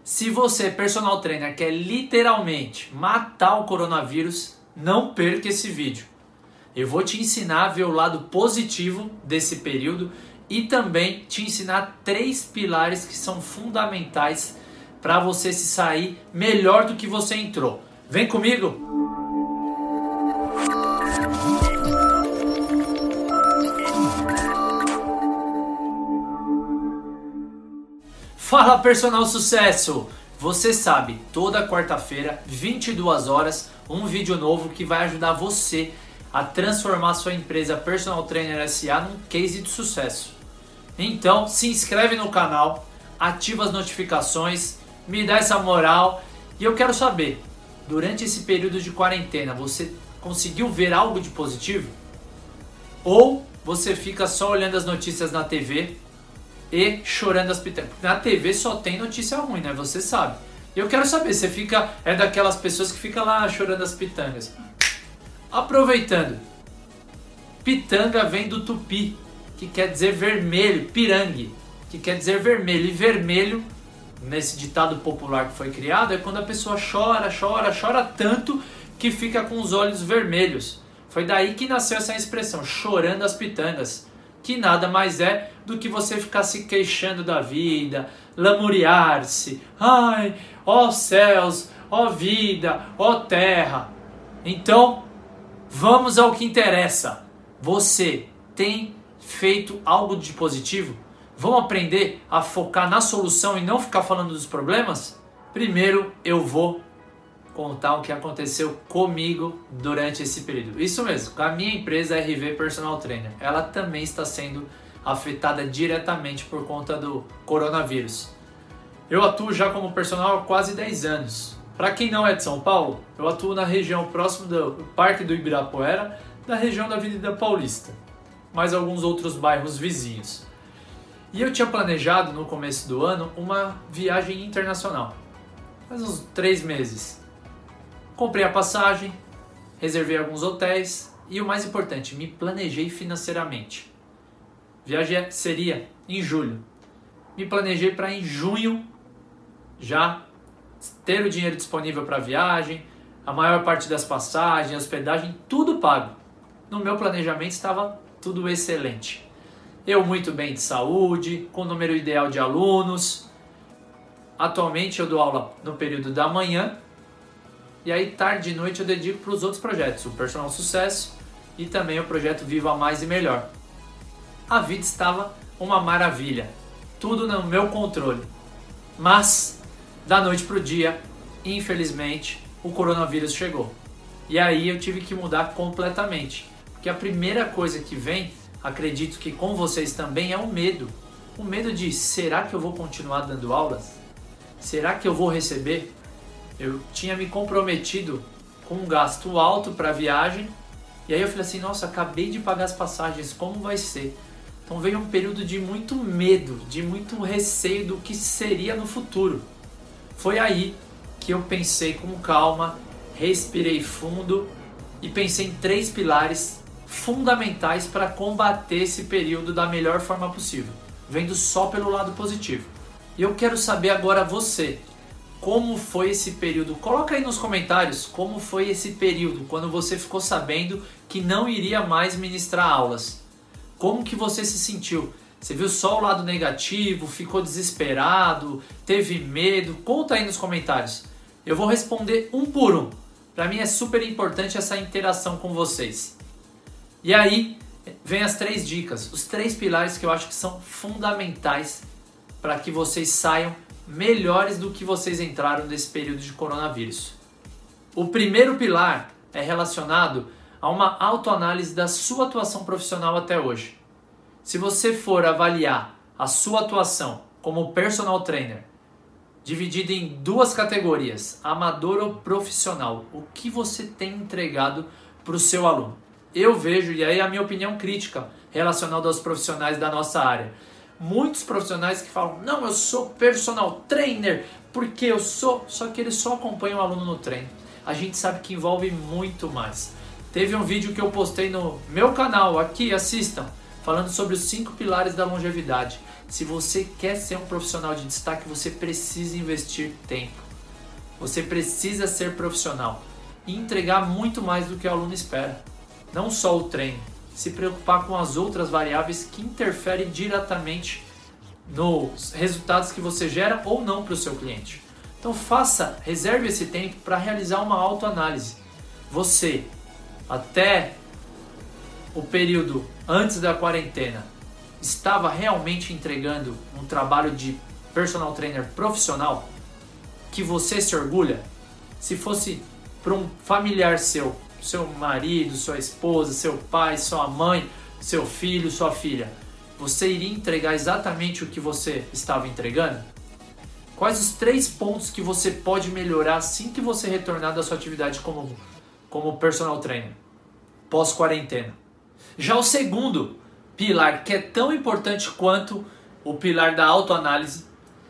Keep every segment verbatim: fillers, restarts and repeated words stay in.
Se você, personal trainer, quer literalmente matar o coronavírus, não perca esse vídeo. Eu vou te ensinar a ver o lado positivo desse período e também te ensinar três pilares que são fundamentais para você se sair melhor do que você entrou. Vem comigo! Fala, personal sucesso! Você sabe, toda quarta-feira, vinte e duas horas, um vídeo novo que vai ajudar você a transformar sua empresa Personal Trainer S A num case de sucesso. Então, se inscreve no canal, ativa as notificações, me dá essa moral e eu quero saber, durante esse período de quarentena, você conseguiu ver algo de positivo? Ou você fica só olhando as notícias na T V e chorando as pitangas? Na T V só tem notícia ruim, né? Você sabe. Eu quero saber, você fica é daquelas pessoas que fica lá chorando as pitangas. Aproveitando, pitanga vem do tupi, que quer dizer vermelho, pirangue, que quer dizer vermelho. E vermelho, nesse ditado popular que foi criado, é quando a pessoa chora, chora, chora tanto que fica com os olhos vermelhos. Foi daí que nasceu essa expressão, chorando as pitangas, que nada mais é do que você ficar se queixando da vida, lamuriar-se. Ai, ó céus, ó vida, ó terra. Então, vamos ao que interessa. Você tem feito algo de positivo? Vamos aprender a focar na solução e não ficar falando dos problemas? Primeiro, eu vou contar o que aconteceu comigo durante esse período. Isso mesmo, com a minha empresa R V Personal Trainer. Ela também está sendo afetada diretamente por conta do coronavírus. Eu atuo já como personal há quase dez anos. Para quem não é de São Paulo, eu atuo na região próximo do Parque do Ibirapuera, da região da Avenida Paulista, mais alguns outros bairros vizinhos. E eu tinha planejado no começo do ano uma viagem internacional, faz uns três meses. Comprei a passagem, reservei alguns hotéis e o mais importante, me planejei financeiramente. Viagem seria em julho. Me planejei para em junho já ter o dinheiro disponível para a viagem, a maior parte das passagens, hospedagem, tudo pago. No meu planejamento estava tudo excelente. Eu muito bem de saúde, com o número ideal de alunos. Atualmente eu dou aula no período da manhã. E aí, tarde e noite, eu dedico para os outros projetos, o Personal Sucesso e também o projeto Viva Mais e Melhor. A vida estava uma maravilha, tudo no meu controle. Mas, da noite para o dia, infelizmente, o coronavírus chegou. E aí eu tive que mudar completamente. Porque a primeira coisa que vem, acredito que com vocês também, é o medo. O medo de, será que eu vou continuar dando aulas? Será que eu vou receber? Eu tinha me comprometido com um gasto alto para a viagem e aí eu falei assim, nossa, acabei de pagar as passagens, como vai ser? Então veio um período de muito medo, de muito receio do que seria no futuro. Foi aí que eu pensei com calma, respirei fundo e pensei em três pilares fundamentais para combater esse período da melhor forma possível, vendo só pelo lado positivo. E eu quero saber agora você, como foi esse período? Coloca aí nos comentários como foi esse período, quando você ficou sabendo que não iria mais ministrar aulas. Como que você se sentiu? Você viu só o lado negativo, ficou desesperado, teve medo? Conta aí nos comentários. Eu vou responder um por um. Para mim é super importante essa interação com vocês. E aí, vem as três dicas, os três pilares que eu acho que são fundamentais para que vocês saiam melhores do que vocês entraram nesse período de coronavírus. O primeiro pilar é relacionado a uma autoanálise da sua atuação profissional até hoje. Se você for avaliar a sua atuação como personal trainer, dividida em duas categorias, amador ou profissional, o que você tem entregado para o seu aluno? Eu vejo, e aí a minha opinião crítica relacionada aos profissionais da nossa área, muitos profissionais que falam, não, eu sou personal trainer, porque eu sou, só que eles só acompanham o aluno no treino. A gente sabe que envolve muito mais. Teve um vídeo que eu postei no meu canal, aqui, assistam, falando sobre os cinco pilares da longevidade. Se você quer ser um profissional de destaque, você precisa investir tempo. Você precisa ser profissional e entregar muito mais do que o aluno espera. Não só o treino, se preocupar com as outras variáveis que interferem diretamente nos resultados que você gera ou não para o seu cliente. Então faça, reserve esse tempo para realizar uma autoanálise. Você, até o período antes da quarentena, estava realmente entregando um trabalho de personal trainer profissional que você se orgulha? Se fosse para um familiar seu, seu marido, sua esposa, seu pai, sua mãe, seu filho, sua filha, você iria entregar exatamente o que você estava entregando? Quais os três pontos que você pode melhorar assim que você retornar da sua atividade como, como personal trainer, pós-quarentena? Já o segundo pilar, que é tão importante quanto o pilar da autoanálise,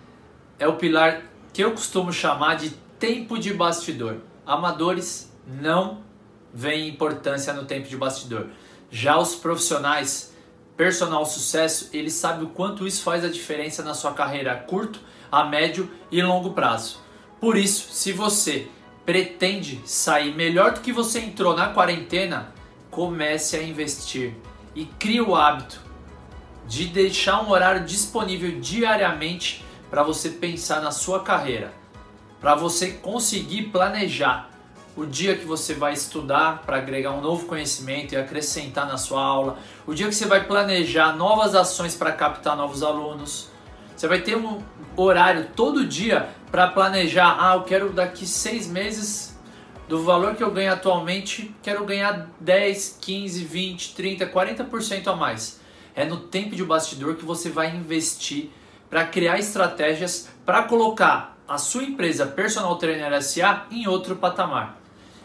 é o pilar que eu costumo chamar de tempo de bastidor. Amadores não veem importância no tempo de bastidor. Já os profissionais, personal sucesso, eles sabem o quanto isso faz a diferença na sua carreira a curto, a médio e longo prazo. Por isso, se você pretende sair melhor do que você entrou na quarentena, comece a investir e crie o hábito de deixar um horário disponível diariamente para você pensar na sua carreira, para você conseguir planejar o dia que você vai estudar para agregar um novo conhecimento e acrescentar na sua aula, o dia que você vai planejar novas ações para captar novos alunos. Você vai ter um horário todo dia para planejar, ah, eu quero daqui seis meses, do valor que eu ganho atualmente, quero ganhar dez, quinze, vinte, trinta, quarenta por cento a mais. É no tempo de bastidor que você vai investir para criar estratégias para colocar a sua empresa Personal Trainer S A em outro patamar.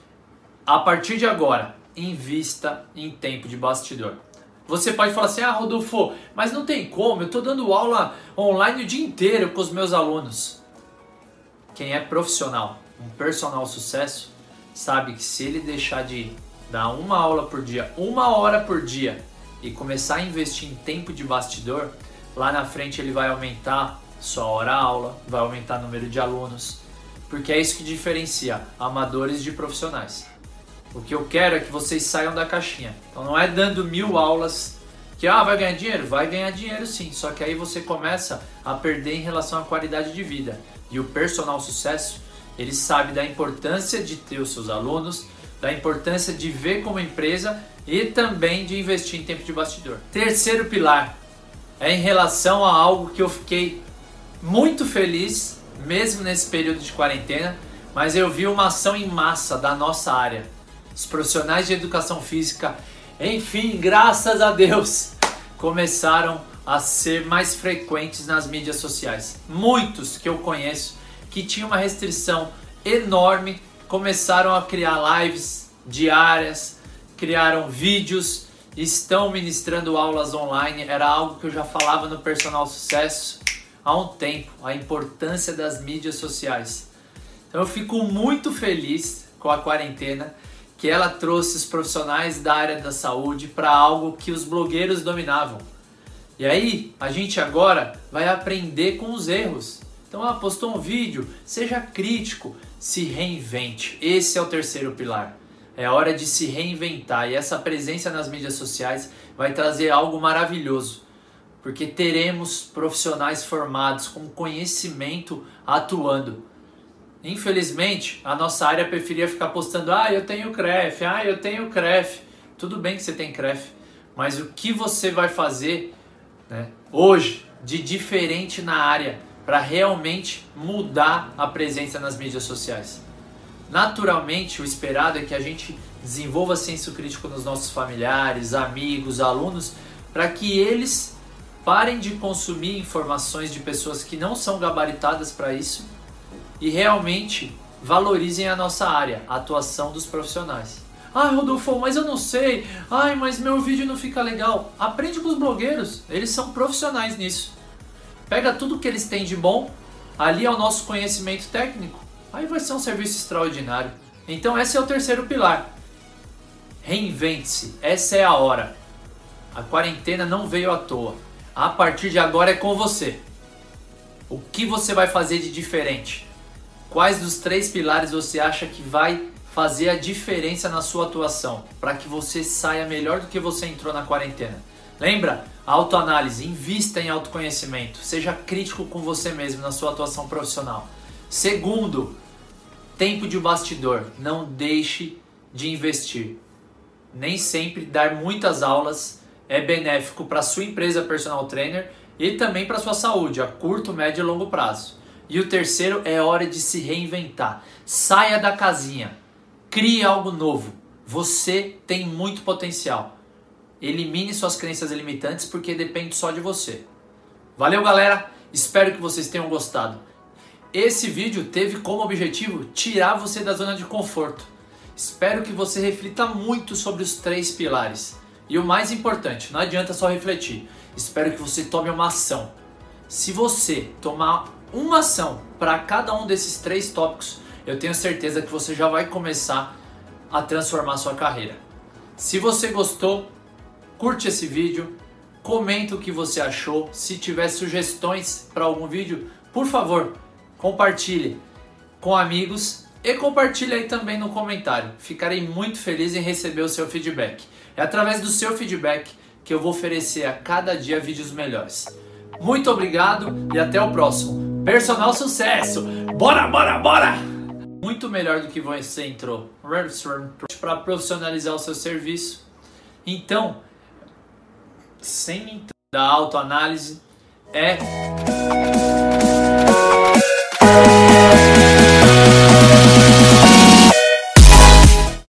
A partir de agora, invista em tempo de bastidor. Você pode falar assim, ah, Rodolfo, mas não tem como, eu estou dando aula online o dia inteiro com os meus alunos. Quem é profissional, um personal sucesso, sabe que se ele deixar de dar uma aula por dia, uma hora por dia, e começar a investir em tempo de bastidor, lá na frente ele vai aumentar sua hora-aula, vai aumentar o número de alunos, porque é isso que diferencia amadores de profissionais. O que eu quero é que vocês saiam da caixinha. Então não é dando mil aulas que ah, vai ganhar dinheiro? Vai ganhar dinheiro sim, só que aí você começa a perder em relação à qualidade de vida. E o personal sucesso, ele sabe da importância de ter os seus alunos, da importância de ver como empresa e também de investir em tempo de bastidor. Terceiro pilar é em relação a algo que eu fiquei muito feliz, mesmo nesse período de quarentena, mas eu vi uma ação em massa da nossa área. Os profissionais de educação física, enfim, graças a Deus, começaram a ser mais frequentes nas mídias sociais. Muitos que eu conheço que tinham uma restrição enorme começaram a criar lives diárias, criaram vídeos, estão ministrando aulas online. Era algo que eu já falava no Personal Sucesso há um tempo, a importância das mídias sociais. Então eu fico muito feliz com a quarentena, que ela trouxe os profissionais da área da saúde para algo que os blogueiros dominavam. E aí, a gente agora vai aprender com os erros. Então, ah, postou um vídeo, seja crítico, se reinvente. Esse é o terceiro pilar. É hora de se reinventar e essa presença nas mídias sociais vai trazer algo maravilhoso. Porque teremos profissionais formados com conhecimento atuando. Infelizmente, a nossa área preferia ficar postando, ah, eu tenho C R E F, ah, eu tenho C R E F. Tudo bem que você tem C R E F, mas o que você vai fazer, né, hoje de diferente na área para realmente mudar a presença nas mídias sociais? Naturalmente, o esperado é que a gente desenvolva senso crítico nos nossos familiares, amigos, alunos, para que eles parem de consumir informações de pessoas que não são gabaritadas para isso e realmente valorizem a nossa área, a atuação dos profissionais. Ah, Rodolfo, mas eu não sei. Ai, mas meu vídeo não fica legal. Aprende com os blogueiros, eles são profissionais nisso. Pega tudo que eles têm de bom, ali é o nosso conhecimento técnico, aí vai ser um serviço extraordinário. Então esse é o terceiro pilar. Reinvente-se, essa é a hora. A quarentena não veio à toa. A partir de agora é com você. O que você vai fazer de diferente? Quais dos três pilares você acha que vai fazer a diferença na sua atuação para que você saia melhor do que você entrou na quarentena? Lembra? Autoanálise, invista em autoconhecimento, seja crítico com você mesmo na sua atuação profissional. Segundo, tempo de bastidor, não deixe de investir. Nem sempre dar muitas aulas é benéfico para sua empresa personal trainer e também para sua saúde a curto, médio e longo prazo. E o terceiro é hora de se reinventar. Saia da casinha, crie algo novo. Você tem muito potencial. Elimine suas crenças limitantes porque depende só de você. Valeu, galera! Espero que vocês tenham gostado. Esse vídeo teve como objetivo tirar você da zona de conforto. Espero que você reflita muito sobre os três pilares. E o mais importante, não adianta só refletir. Espero que você tome uma ação. Se você tomar uma ação para cada um desses três tópicos, eu tenho certeza que você já vai começar a transformar sua carreira. Se você gostou, curte esse vídeo, comenta o que você achou. Se tiver sugestões para algum vídeo, por favor, compartilhe com amigos e compartilhe aí também no comentário. Ficarei muito feliz em receber o seu feedback. É através do seu feedback que eu vou oferecer a cada dia vídeos melhores. Muito obrigado e até o próximo. Personal sucesso! Bora, bora, bora! Muito melhor do que você entrou para profissionalizar o seu serviço. Então, sem da autoanálise é